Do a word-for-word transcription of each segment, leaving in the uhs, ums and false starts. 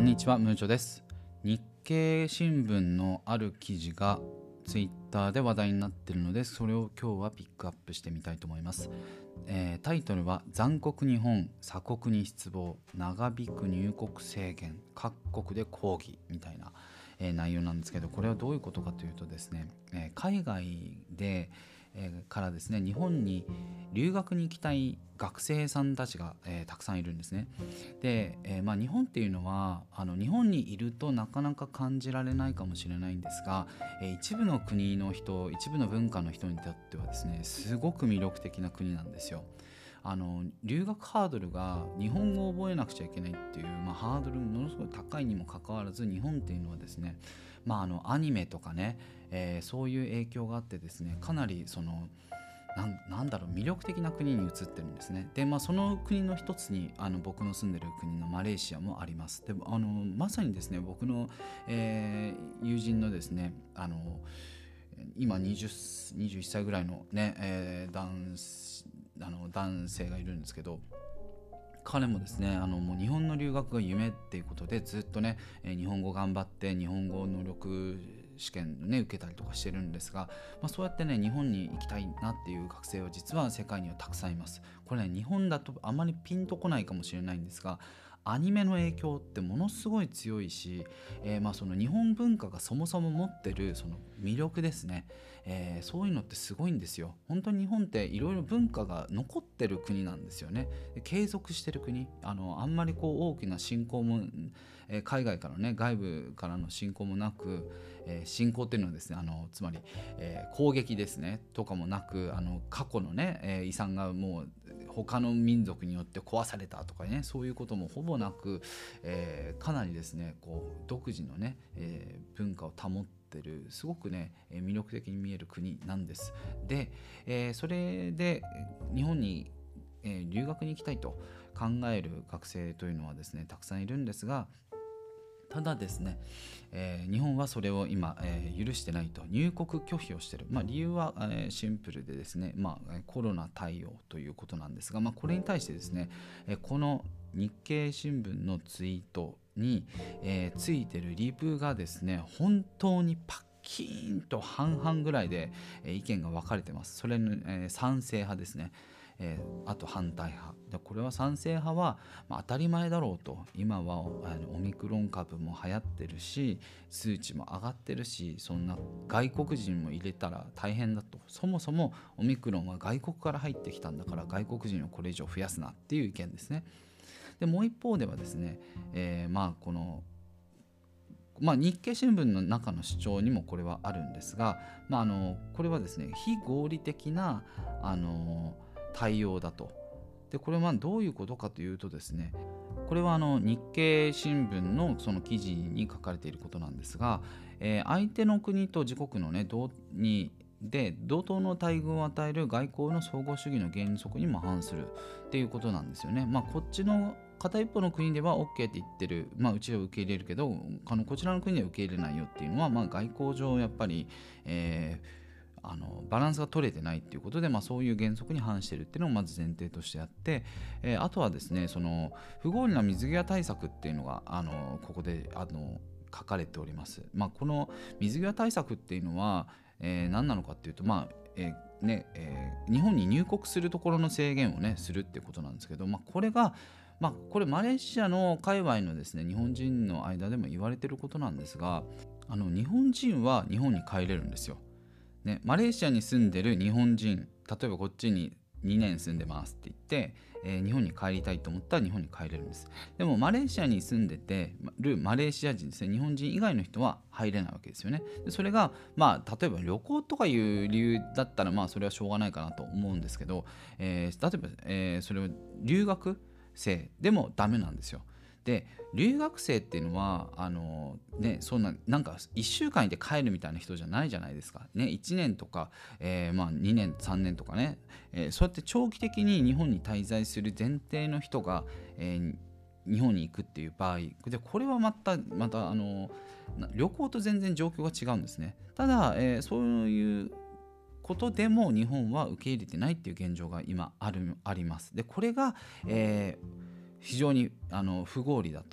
んにちは、ムーチョです。日経新聞のある記事がツイッターで話題になっているので、それを今日はピックアップしてみたいと思います。えー、タイトルは残酷日本、鎖国に失望、長引く入国制限、各国で抗議みたいな、えー、内容なんですけど、これはどういうことかというとですね、えー、海外で、えー、からですね、日本に留学に行きたい学生さんたちが、えー、たくさんいるんですね。で、えーまあ、日本っていうのはあの日本にいるとなかなか感じられないかもしれないんですが、えー、一部の国の人、一部の文化の人にとってはですね、すごく魅力的な国なんですよ。あの留学ハードルが日本語を覚えなくちゃいけないっていう、まあ、ハードルものすごい高いにもかかわらず、日本っていうのはですね、まあ、あのアニメとかね、えー、そういう影響があってですね、かなりそのな ん, なんだろう魅力的な国に移ってるんですね。で、まあ、その国の一つにあの僕の住んでる国のマレーシアもあります。であのまさにですね、僕の、えー、友人のですね、あの今 20, にじゅういっさいぐらいのね、えー、男, あの男性がいるんですけど、彼もですね、あのもう日本の留学が夢っていうことでずっとね、えー日本語頑張って日本語能力試験ね受けたりとかしてるんですが、まあ、そうやってね日本に行きたいなっていう学生は実は世界にはたくさんいます。これね、日本だとあまりピンとこないかもしれないんですが、アニメの影響ってものすごい強いし、えーまあその日本文化がそもそも持ってるその魅力ですね、えーそういうのってすごいんですよ。本当に日本っていろいろ文化が残ってる国なんですよね。継続してる国、あのあんまりこう大きな侵攻も、えー海外からね、外部からの侵攻もなく、えー侵攻っていうのはですね、あのつまり、えー攻撃ですねとかもなく、あの過去のね、えー遺産がもう他の民族によって壊されたとかね、そういうこともほぼなく、えーかなりですねこう独自のね、えー文化を保ってる、すごくねえー魅力的に見える国なんです。で、えーそれで日本に、えー留学に行きたいと考える学生というのはですねたくさんいるんですが、ただですね、えー日本はそれを今、えー許してないと、入国拒否をしている、まあ、理由は、えーシンプルでですね、まあ、コロナ対応ということなんですが、まあ、これに対してですね、えーこの日経新聞のツイートに、えーついてるリプがですね、本当にパッキーンと半々ぐらいで、えー意見が分かれてます。それの、えー賛成派ですね、えーあと反対派で、これは賛成派は、まあ、当たり前だろうと、今はあのオミクロン株も流行ってるし、数値も上がってるし、そんな外国人も入れたら大変だと、そもそもオミクロンは外国から入ってきたんだから外国人をこれ以上増やすなっていう意見ですね。でもう一方ではですね、えーまあこのまあ、日経新聞の中の主張にもこれはあるんですが、まあ、あのこれはですね非合理的なあの対応だと。でこれはどういうことかというとですね、これはあの日経新聞のその記事に書かれていることなんですが、えー相手の国と自国のね同にで同等の待遇を与える外交の総合主義の原則にも反するっていうことなんですよね。まあ、こっちの片一方の国では OK って言ってる、まあ、うちは受け入れるけど、あのこちらの国では受け入れないよっていうのは、まあ、外交上やっぱり、えーあのバランスが取れてないっていうことで、まあ、そういう原則に反しているっていうのをまず前提としてあって、えーあとはですね、その不合理な水際対策っていうのがあのここであの書かれております。まあ、この水際対策っていうのは、えー何なのかっていうと、まあえーねえー日本に入国するところの制限をねするっていうことなんですけど、まあ、これがまあ、これマレーシアの界隈のですね日本人の間でも言われていることなんですが、あの日本人は日本に帰れるんですよ。ね、マレーシアに住んでる日本人、例えばこっちににねん住んでますって言って、えー日本に帰りたいと思ったら日本に帰れるんです。でもマレーシアに住んでてるマレーシア人ですね、日本人以外の人は入れないわけですよね。でそれがまあ例えば旅行とかいう理由だったら、まあそれはしょうがないかなと思うんですけど、えー例えば、えーそれは留学生でもダメなんですよ。で留学生っていうのはあの、ね、そんななんかいっしゅうかんいて帰るみたいな人じゃないじゃないですか、ね、いちねんとか、えーまあ、にねんさんねんとかね、えーそうやって長期的に日本に滞在する前提の人が、えー日本に行くっていう場合で、これはまたまたあの旅行と全然状況が違うんですね。ただ、えーそういうことでも日本は受け入れてないっていう現状が今あるあります。でこれが、えー非常にあの不合理だと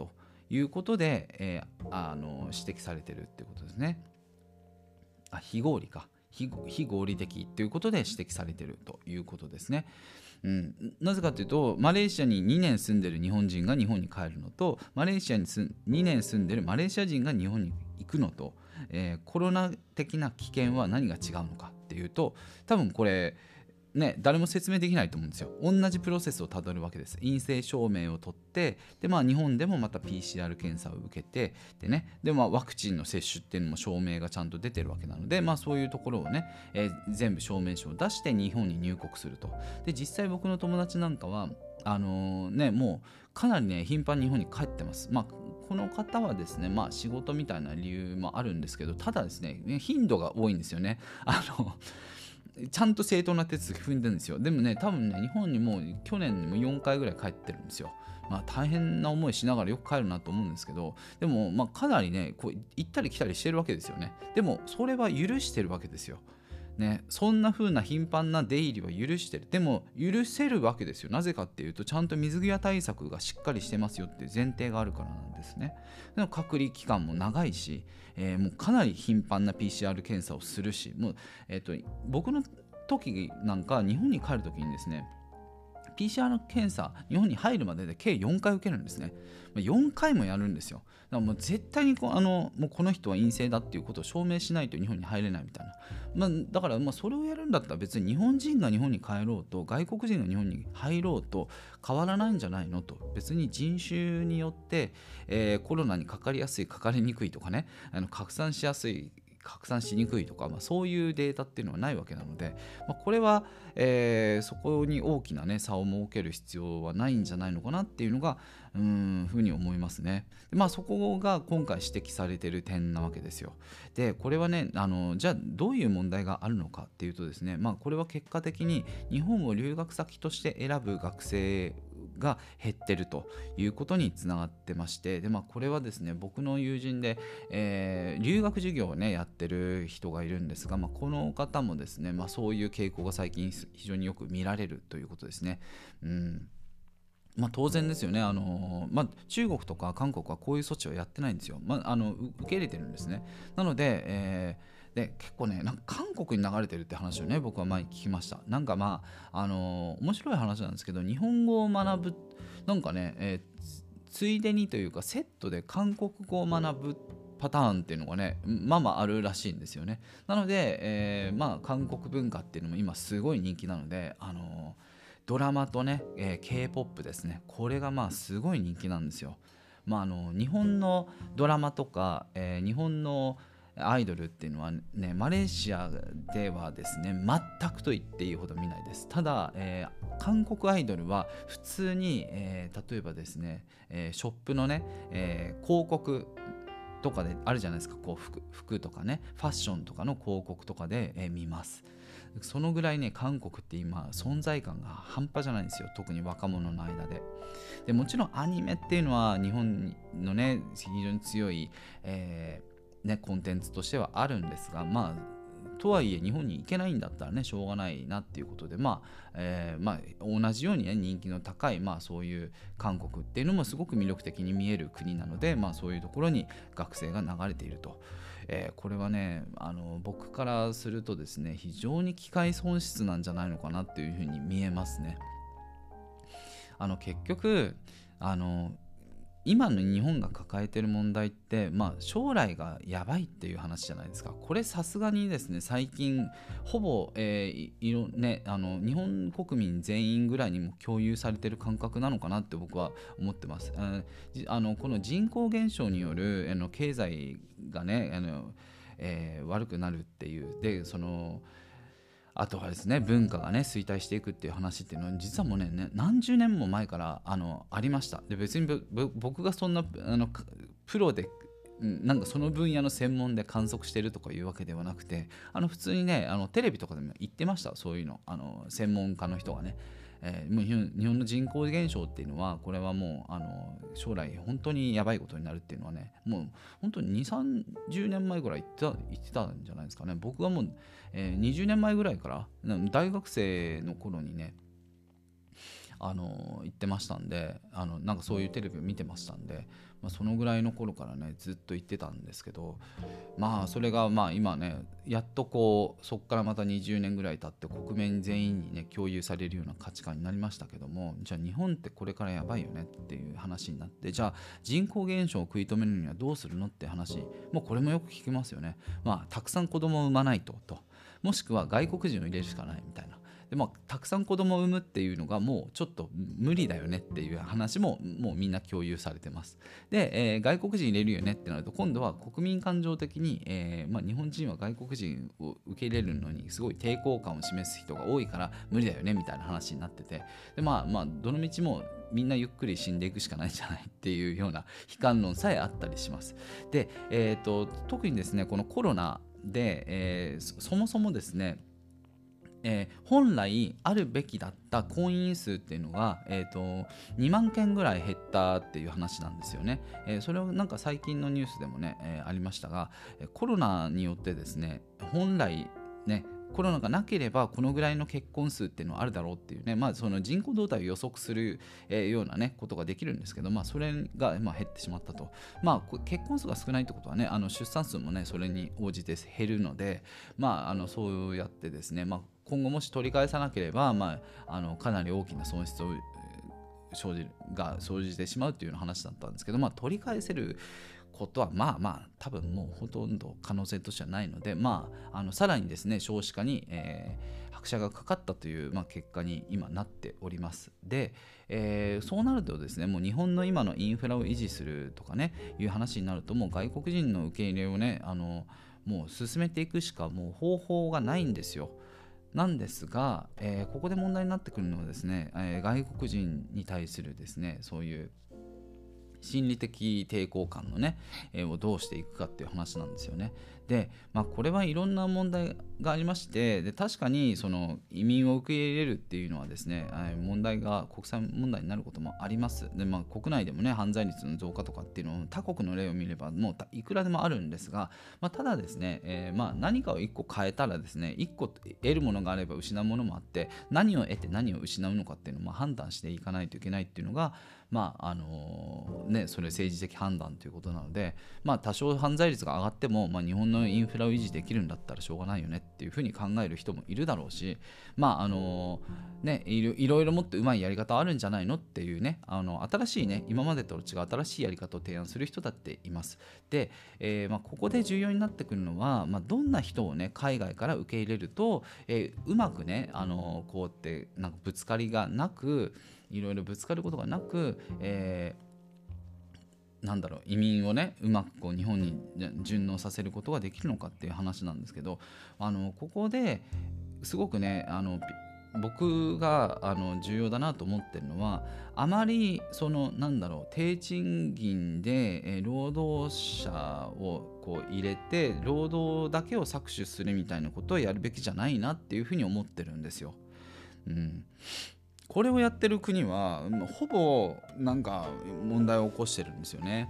いうことで、えー、あの指摘されてるってことですね。あ非合理か非、非合理的ということで指摘されているということですね。うん、なぜかというとマレーシアににねん住んでる日本人が日本に帰るのとマレーシアににねん住んでるマレーシア人が日本に行くのと、えー、コロナ的な危険は何が違うのかっていうと多分これね、誰も説明できないと思うんですよ。同じプロセスをたどるわけです。陰性証明を取ってで、まあ、日本でもまた ピーシーアール 検査を受けてで、ねでまあ、ワクチンの接種っていうのも証明がちゃんと出てるわけなので、まあ、そういうところをね、えー、全部証明書を出して日本に入国すると。で実際僕の友達なんかはあのーね、もうかなりね頻繁に日本に帰ってます。まあこの方はですね、まあ、仕事みたいな理由もあるんですけどただですね頻度が多いんですよね。あのちゃんと正当な手続き踏んでるんですよ。でもね多分ね日本にも去年にもよんかいぐらい帰ってるんですよ。まあ大変な思いしながらよく帰るなと思うんですけどでもまあかなりねこう行ったり来たりしてるわけですよね。でもそれは許してるわけですよ。ね、そんな風な頻繁な出入りは許してる。でも許せるわけですよ。なぜかっていうとちゃんと水際対策がしっかりしてますよっていう前提があるからなんですね。でも隔離期間も長いし、えー、もうかなり頻繁な ピーシーアール 検査をするしもう、えーと、僕の時なんか日本に帰る時にですねピーシーアール 検査日本に入るまでで計よんかい受けるんですね。よんかいもやるんですよ。だからもう絶対にこあのもうこの人は陰性だっていうことを証明しないと日本に入れないみたいな、まあ、だからまあそれをやるんだったら別に日本人が日本に帰ろうと外国人が日本に入ろうと変わらないんじゃないのと。別に人種によって、えー、コロナにかかりやすいかかりにくいとかねあの拡散しやすい拡散しにくいとか、まあ、そういうデータっていうのはないわけなので、まあ、これは、えー、そこに大きな、ね、差を設ける必要はないんじゃないのかなっていうのがうーんふうに思いますね。で、まあ、そこが今回指摘されている点なわけですよ。でこれはねあのじゃあどういう問題があるのかっていうとですね、まあ、これは結果的に日本を留学先として選ぶ学生が減ってるということにつながってまして、で、まあ、これはですね僕の友人で、えー留学授業をねやってる人がいるんですが、まあ、この方もですね、まあ、そういう傾向が最近非常によく見られるということですね。うんまあ、当然ですよね、あのまあ、中国とか韓国はこういう措置はやってないんですよ。まあ、あの受け入れてるんですね。なので、えーで結構ねなんか韓国に流れてるって話をね僕は前に聞きました。なんかまああのー面白い話なんですけど日本語を学ぶなんかね、えーついでにというかセットで韓国語を学ぶパターンっていうのがねまあまああるらしいんですよね。なので、えーまあ韓国文化っていうのも今すごい人気なのであのードラマとね、えー、K-ポップ ですねこれがまあすごい人気なんですよ。まあ、あの日本のドラマとか、えー日本のアイドルっていうのはねマレーシアではですね全くと言っていいほど見ないです。ただ、えー韓国アイドルは普通に、えー例えばですね、えーショップのね、えー広告とかであるじゃないですか。こう 服, 服とかねファッションとかの広告とかで、えー見ます。そのぐらいね韓国って今存在感が半端じゃないんですよ。特に若者の間で。でもちろんアニメっていうのは日本のね非常に強い、えーね、コンテンツとしてはあるんですが、まあとはいえ日本に行けないんだったらねしょうがないなっていうことで、まあえーまあ、同じように、ね、人気の高い、まあ、そういう韓国っていうのもすごく魅力的に見える国なので、まあ、そういうところに学生が流れていると。えーこれはねあの僕からするとですね非常に機会損失なんじゃないのかなっていうふうに見えますね。あの結局あの今の日本が抱えている問題って、まあ、将来がやばいっていう話じゃないですか。これさすがにですね最近ほぼ、えーいいろね、あの日本国民全員ぐらいにも共有されている感覚なのかなって僕は思ってます。あのじあのこの人口減少によるあの経済がねあの、えー悪くなるっていうでそのあとはですね文化がね衰退していくっていう話っていうのは実はもうねね何十年も前からあのありました。で別にぼぼ僕がそんなあのかプロでうんなんかその分野の専門で観測してるとかいうわけではなくてあの普通にねあのテレビとかでも言ってました。そういうのあの専門家の人がね、えーもう日本日本の人口減少っていうのはこれはもうあの将来本当にやばいことになるっていうのはねもう本当ににじゅう、さんじゅうねんまえぐらい言ってた言ってたんじゃないですかね。僕はもう、えーにじゅうねんまえぐらいからな大学生の頃にねあの言ってましたんで、あのなんかそういうテレビを見てましたんで、まあ、そのぐらいの頃からねずっと言ってたんですけど、まあそれがまあ今ねやっとこうそこからまたにじゅうねんぐらい経って国民全員にね共有されるような価値観になりましたけども、じゃあ日本ってこれからやばいよねっていう話になって、じゃあ人口減少を食い止めるにはどうするのって話、もうこれもよく聞きますよね。まあたくさん子供を産まないとと、もしくは外国人を入れるしかないみたいな。でまあ、たくさん子供を産むっていうのがもうちょっと無理だよねっていう話ももうみんな共有されてます。で、えー外国人入れるよねってなると今度は国民感情的に、えーまあ、日本人は外国人を受け入れるのにすごい抵抗感を示す人が多いから無理だよねみたいな話になってて、でまあまあどの道もみんなゆっくり死んでいくしかないんじゃないっていうような悲観論さえあったりします。で、えーと、特にですねこのコロナで、えーそ、そもそもですねえー本来あるべきだった婚姻数っていうのが、えー、とにまんけんぐらい減ったっていう話なんですよね。えーそれをなんか最近のニュースでもね、えーありましたが、コロナによってですね本来ねコロナがなければこのぐらいの結婚数っていうのはあるだろうっていうね、まあ、その人口動態を予測する、えーようなねことができるんですけど、まあ、それがまあ減ってしまったと。まあ、結婚数が少ないってことはねあの出産数もねそれに応じて減るので、まあ、あのそうやってですね、まあ、今後もし取り返さなければ、まあ、あのかなり大きな損失を生じるが生じてしまうというような話だったんですけど、まあ、取り返せることはまあまあ多分もうほとんど可能性としてはないので、まあ、あのさらにですね少子化に、えー拍車がかかったという、まあ、結果に今なっております。で、えーそうなるとですねもう日本の今のインフラを維持するとかねいう話になると、もう外国人の受け入れをねあのもう進めていくしかもう方法がないんですよ。なんですが、えーここで問題になってくるのはですね、えー外国人に対するですねそういう心理的抵抗感のね、えーをどうしていくかっていう話なんですよね。で、まあ、これはいろんな問題がありまして、で確かにその移民を受け入れるっていうのはですね、えー問題が国際問題になることもあります。で、まあ、国内でもね犯罪率の増加とかっていうのを他国の例を見ればもういくらでもあるんですが、まあ、ただですね、えーまあ、何かをいっこ変えたらですねいっこ得るものがあれば失うものもあって、何を得て何を失うのかっていうのをまあ判断していかないといけないっていうのがまああのね、それ政治的判断ということなので、まあ、多少犯罪率が上がっても、まあ、日本のインフラを維持できるんだったらしょうがないよねっていうふうに考える人もいるだろうし、まああのね、いろいろいろもっとうまいやり方あるんじゃないのっていうね、あの新しいね今までと違う新しいやり方を提案する人だっています。で、えーまあ、ここで重要になってくるのは、まあ、どんな人をね海外から受け入れると、えーうまくね、あのこうやってなんかぶつかりがなくいろいろぶつかることがなく、えーなんだろう移民をねうまくこう日本に順応させることができるのかっていう話なんですけど、あのここですごくねあの僕があの重要だなと思ってるのは、あまりそのなんだろう低賃金で、えー労働者をこう入れて労働だけを搾取するみたいなことをやるべきじゃないなっていうふうに思ってるんですよ。うん、これをやってる国はほぼなんか問題を起こしてるんですよね。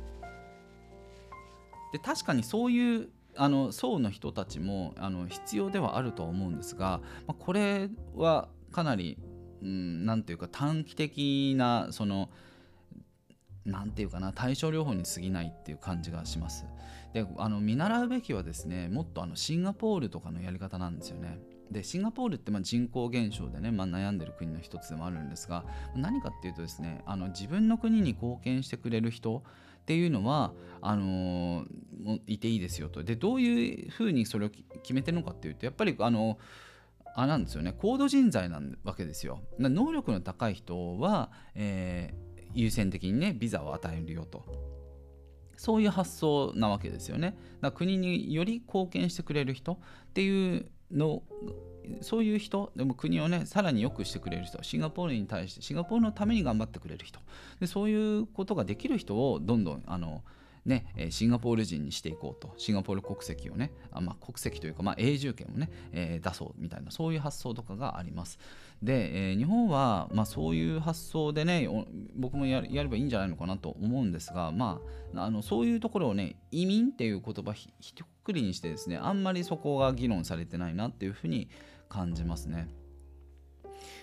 で確かにそういうあの層の人たちもあの必要ではあるとは思うんですが、まあ、これはかなり、うん、なんていうか短期的なそのなんていうかな対症療法に過ぎないっていう感じがします。であの見習うべきはですねもっとあのシンガポールとかのやり方なんですよね。でシンガポールってまあ人口減少でね、まあ、悩んでる国の一つでもあるんですが、何かっていうとですねあの自分の国に貢献してくれる人っていうのはあのーいていいですよと。でどういうふうにそれを決めてるのかっていうと、やっぱりあのあなんですよね高度人材なわけですよ。能力の高い人は、えー優先的にねビザを与えるよと、そういう発想なわけですよね。だから国により貢献してくれる人っていうの、そういう人でも国をねさらに良くしてくれる人、シンガポールに対してシンガポールのために頑張ってくれる人で、そういうことができる人をどんどんあのね、シンガポール人にしていこうと、シンガポール国籍をね、あまあ、国籍というか、まあ、永住権をね、えー出そうみたいな、そういう発想とかがあります。で、えー日本は、まあ、そういう発想でね、僕も や, やればいいんじゃないのかなと思うんですが、まあ、あのそういうところをね、移民っていう言葉ひひとくくりにしてですね、あんまりそこが議論されてないなっていうふうに感じますね。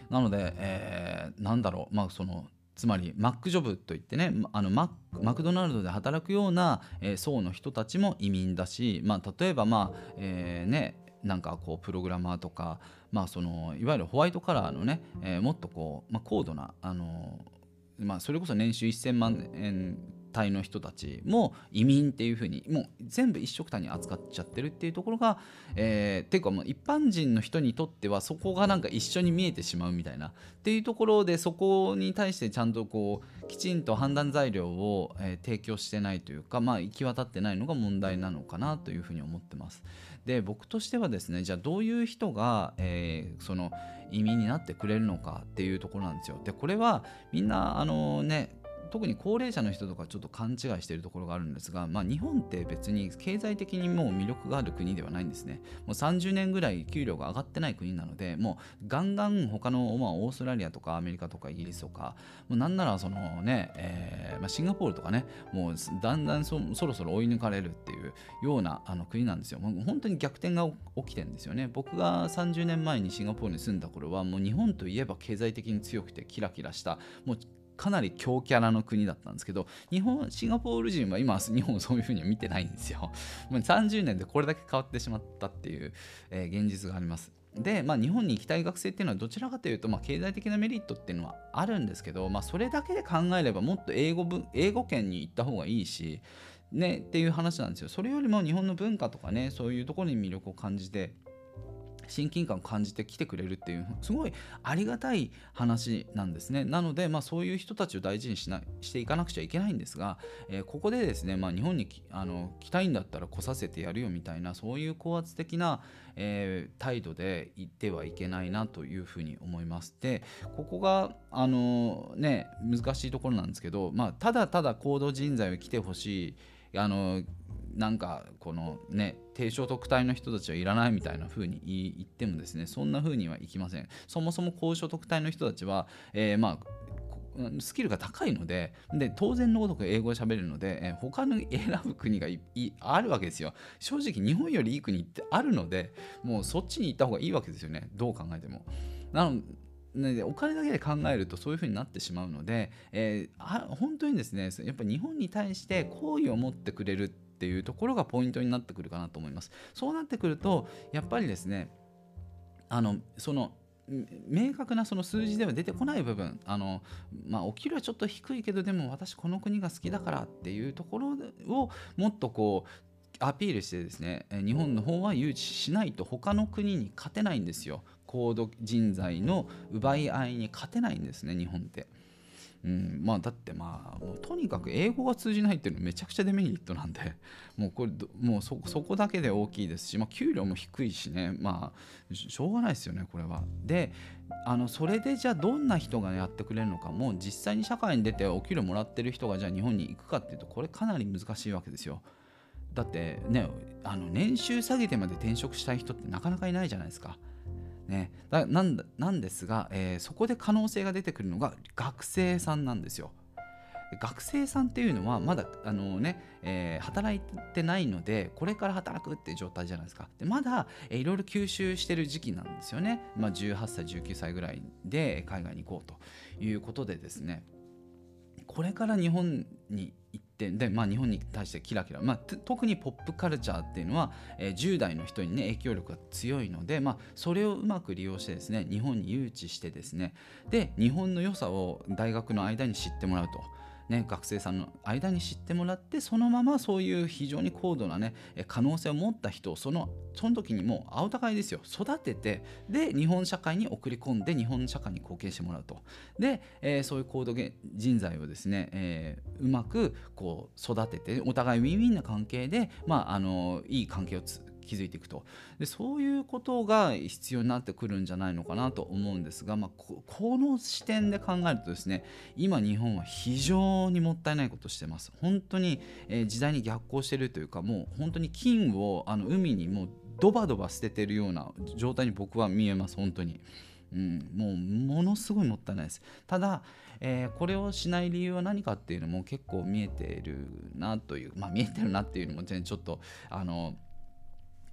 なので、えーなんだろう、まあそのつまりマックジョブといってね、あのマッマクドナルドで働くような、えー層の人たちも移民だし、まあ、例えば、まあえーね、なんかこうプログラマーとか、まあ、そのいわゆるホワイトカラーのね、えーもっとこう、まあ、高度な、あのまあ、それこそ年収せんまんえん帯の人たちも移民っていう風にもう全部一緒くたに扱っちゃってるっていうところが、えー、ていうかもう一般人の人にとってはそこがなんか一緒に見えてしまうみたいなっていうところで、そこに対してちゃんとこうきちんと判断材料を、えー提供してないというか、まあ、行き渡ってないのが問題なのかなというふうに思ってます。で、僕としてはですね、じゃあどういう人が、えーその移民になってくれるのかっていうところなんですよ。で、これはみんなあのね、特に高齢者の人とかちょっと勘違いしているところがあるんですが、まあ、日本って別に経済的にもう魅力がある国ではないんですね。もうさんじゅうねんぐらい給料が上がってない国なので、もうガンガン他の、まあ、オーストラリアとかアメリカとかイギリスとか、もうなんならそのね、えーまあ、シンガポールとかね、もうだんだん そ, そろそろ追い抜かれるっていうようなあの国なんですよ。もう本当に逆転が起きてるんですよね。僕がさんじゅうねんまえにシンガポールに住んだ頃は、もう日本といえば経済的に強くてキラキラした、もうかなり強キャラの国だったんですけど、日本シンガポール人は今日本をそういう風には見てないんですよ。もうさんじゅうねんでこれだけ変わってしまったっていう、えー現実があります。で、まあ、日本に行きたい学生っていうのはどちらかというと、まあ、経済的なメリットっていうのはあるんですけど、まあ、それだけで考えればもっと英語ぶ英語圏に行った方がいいし、ね、っていう話なんですよ。それよりも日本の文化とかね、そういうところに魅力を感じて親近感を感じて来てくれるっていうすごいありがたい話なんですね。なので、まあ、そういう人たちを大事にしなしていかなくちゃいけないんですが、えーここでですね、まあ、日本にきあの来たいんだったら来させてやるよみたいな、そういう高圧的な、えー態度で言ってはいけないなというふうに思います。で、ここがあの、ね、難しいところなんですけど、まあ、ただただ高度人材を来てほしい、あのなんかこのね低所得帯の人たちはいらないみたいな風に言ってもですね、そんな風にはいきません。そもそも高所得帯の人たちは、えーまあスキルが高いので、で当然のごとく英語を喋れるので、えー他の選ぶ国がいいあるわけですよ。正直日本よりいい国ってあるので、もうそっちに行った方がいいわけですよね、どう考えても。なのでお金だけで考えるとそういう風になってしまうので、えーあ本当にですね、やっぱ日本に対して好意を持ってくれるっていうところがポイントになってくるかなと思います。そうなってくるとやっぱりですね、あのその明確なその数字では出てこない部分、あの、まあ、お給料はちょっと低いけどでも私この国が好きだからっていうところをもっとこうアピールしてですね、え日本の方は誘致しないと他の国に勝てないんですよ。高度人材の奪い合いに勝てないんですね、日本って。うん、まあだってまあもうとにかく英語が通じないっていうのはめちゃくちゃデメリットなんで、もうこれどもう そ, そこだけで大きいですし、まあ、給料も低いしね、まあししょうがないですよねこれは。で、あのそれでじゃあどんな人がやってくれるのか、もう実際に社会に出てお給料もらってる人がじゃあ日本に行くかっていうと、これかなり難しいわけですよ。だってね、あの年収下げてまで転職したい人ってなかなかいないじゃないですか。ね、だなんだなんですが、えーそこで可能性が出てくるのが学生さんなんですよ。学生さんっていうのはまだあの、ねえー働いてないので、これから働くっていう状態じゃないですか。でまだ、えーいろいろ吸収してる時期なんですよね。まあ、じゅうはっさいじゅうきゅうさいぐらいで海外に行こうということでですね、これから日本に行ってで、まあ、日本に対してキラキラ、まあ、特にポップカルチャーっていうのは、えー、じゅう代の人にね影響力が強いので、まあ、それをうまく利用してですね、日本に誘致してですね、で日本の良さを大学の間に知ってもらうと。ね、学生さんの間に知ってもらって、そのままそういう非常に高度な、ね、可能性を持った人をそのその時にもう青高いですよ、育てて、で日本社会に送り込んで日本社会に貢献してもらうと。で、えーそういう高度人材をですね、えーうまくこう育てて、お互いウィンウィンな関係で、まあ、あのいい関係をつ築いていくと。でそういうことが必要になってくるんじゃないのかなと思うんですが、まあ、こ, この視点で考えるとですね、今日本は非常にもったいないことをしてます。本当に、えー時代に逆行しているというか、もう本当に金をあの海にもうドバドバ捨ててるような状態に僕は見えます、本当に。うん、もうものすごいもったいないです。ただ、えーこれをしない理由は何かっていうのも結構見えているなという、まあ見えてるなっていうのもちょっとあの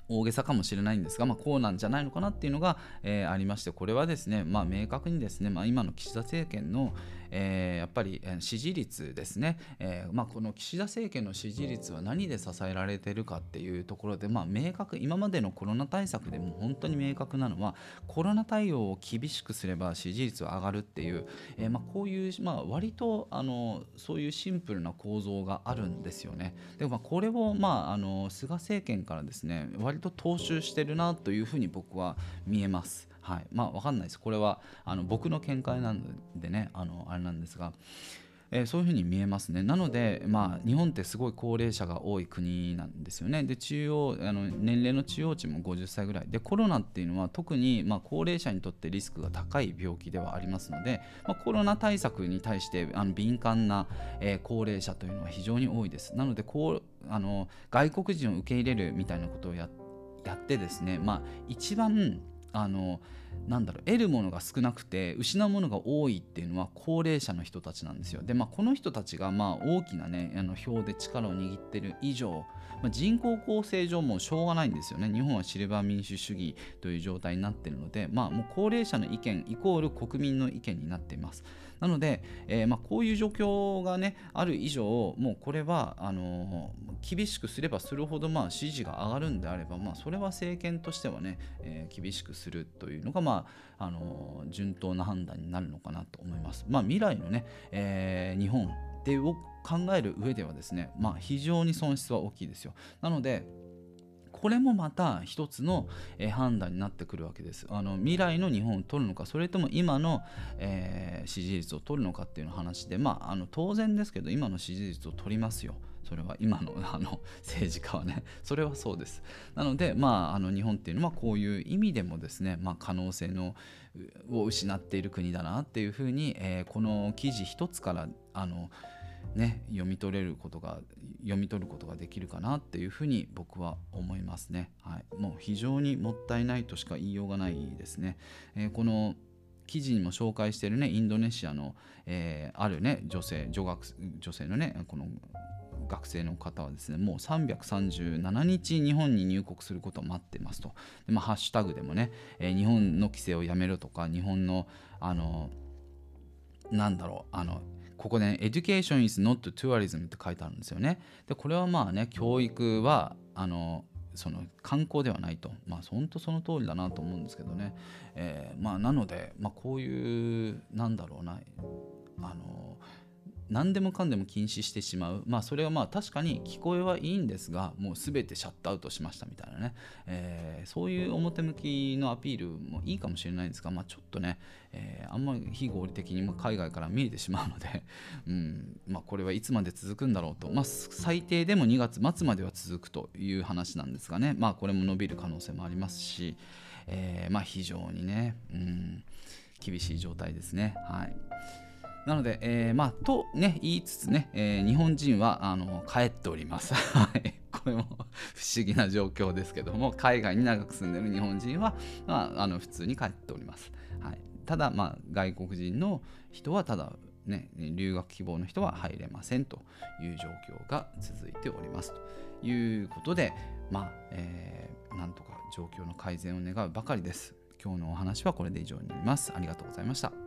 大げさかもしれないんですが、まあ、こうなんじゃないのかなっていうのが、えーありまして、これはですね、まあ、明確にですね、まあ、今の岸田政権の、えーやっぱりえー支持率ですね、えーまあ、この岸田政権の支持率は何で支えられているかっていうところで、まあ、明確今までのコロナ対策でも本当に明確なのは、コロナ対応を厳しくすれば支持率は上がるっていう、えーまあ、こういう、まあ、割とあのそういうシンプルな構造があるんですよね。で、まあ、これを、まあ、あの菅政権からですね割と踏襲してるなというふうに僕は見えます。はい、まあ分かんないです。これはあの僕の見解なのでね、あのあれなんですが、えーそういうふうに見えますね。なので、まあ、日本ってすごい高齢者が多い国なんですよね。で、中央あの年齢の中央値もごじゅっさいぐらいで、コロナっていうのは特に、まあ、高齢者にとってリスクが高い病気ではありますので、まあ、コロナ対策に対してあの敏感な、えー高齢者というのは非常に多いです。なのでこうあの外国人を受け入れるみたいなことをややってですね、まあ、一番あのなんだろう得るものが少なくて失うものが多いっていうのは高齢者の人たちなんですよ。で、まあ、この人たちがまあ大きな、ね、あの票で力を握ってる以上、まあ、人口構成上もうしょうがないんですよね。日本はシルバー民主主義という状態になっているので、まあ、もう高齢者の意見イコール国民の意見になっています。なので、えーまあ、こういう状況が、ね、ある以上、もうこれはあのー厳しくすればするほど、まあ、支持が上がるんであれば、まあ、それは政権としては、ねえー厳しくするというのが、まああのー順当な判断になるのかなと思います。まあ、未来の、ねえー日本でを考える上ではですね、まあ、非常に損失は大きいですよ。なのでこれもまた一つの、えー判断になってくるわけです。あの未来の日本を取るのか、それとも今の、えー支持率を取るのかっていうの話で、まあ、あの当然ですけど今の支持率を取りますよ。それは今の、あの政治家はね、それはそうです。なので、まあ、あの日本っていうのはこういう意味でもですね、まあ、可能性のを失っている国だなっていうふうに、えーこの記事一つからあのね、読み取れることが読み取ることができるかなっていうふうに僕は思いますね。はい、もう非常にもったいないとしか言いようがないですね。えーこの記事にも紹介しているねインドネシアの、えーあるね女性女学女性のねこの学生の方はですねもうさんびゃくさんじゅうななにち日本に入国することを待ってますと。で、まあ、ハッシュタグでもね、えー日本の規制をやめろとか日本のあのなんだろうあのここで、ね、Education is not tourism って書いてあるんですよね。でこれはまあね教育はあのその観光ではないと、まあ本当その通りだなと思うんですけどね、えーまあなので、まあ、こういうなんだろうなあの何でもかんでも禁止してしまう、まあそれはまあ確かに聞こえはいいんですがもう全てシャットアウトしましたみたいなね、えーそういう表向きのアピールもいいかもしれないんですが、まあ、ちょっとね、えーあんまり非合理的にまあ海外から見えてしまうので、うんまあ、これはいつまで続くんだろうと、まあ、最低でもにがつ末までは続くという話なんですがね、まあ、これも伸びる可能性もありますし、えーまあ、非常にね、うん、厳しい状態ですね。はいなので、えー、まあとね言いつつね、えー日本人はあの帰っております。はい、これも不思議な状況ですけども、海外に長く住んでいる日本人は、まあ、あの普通に帰っております。はい、ただ、まあ、外国人の人はただね留学希望の人は入れませんという状況が続いておりますということで、まあ、えーなんとか状況の改善を願うばかりです。今日のお話はこれで以上になります。ありがとうございました。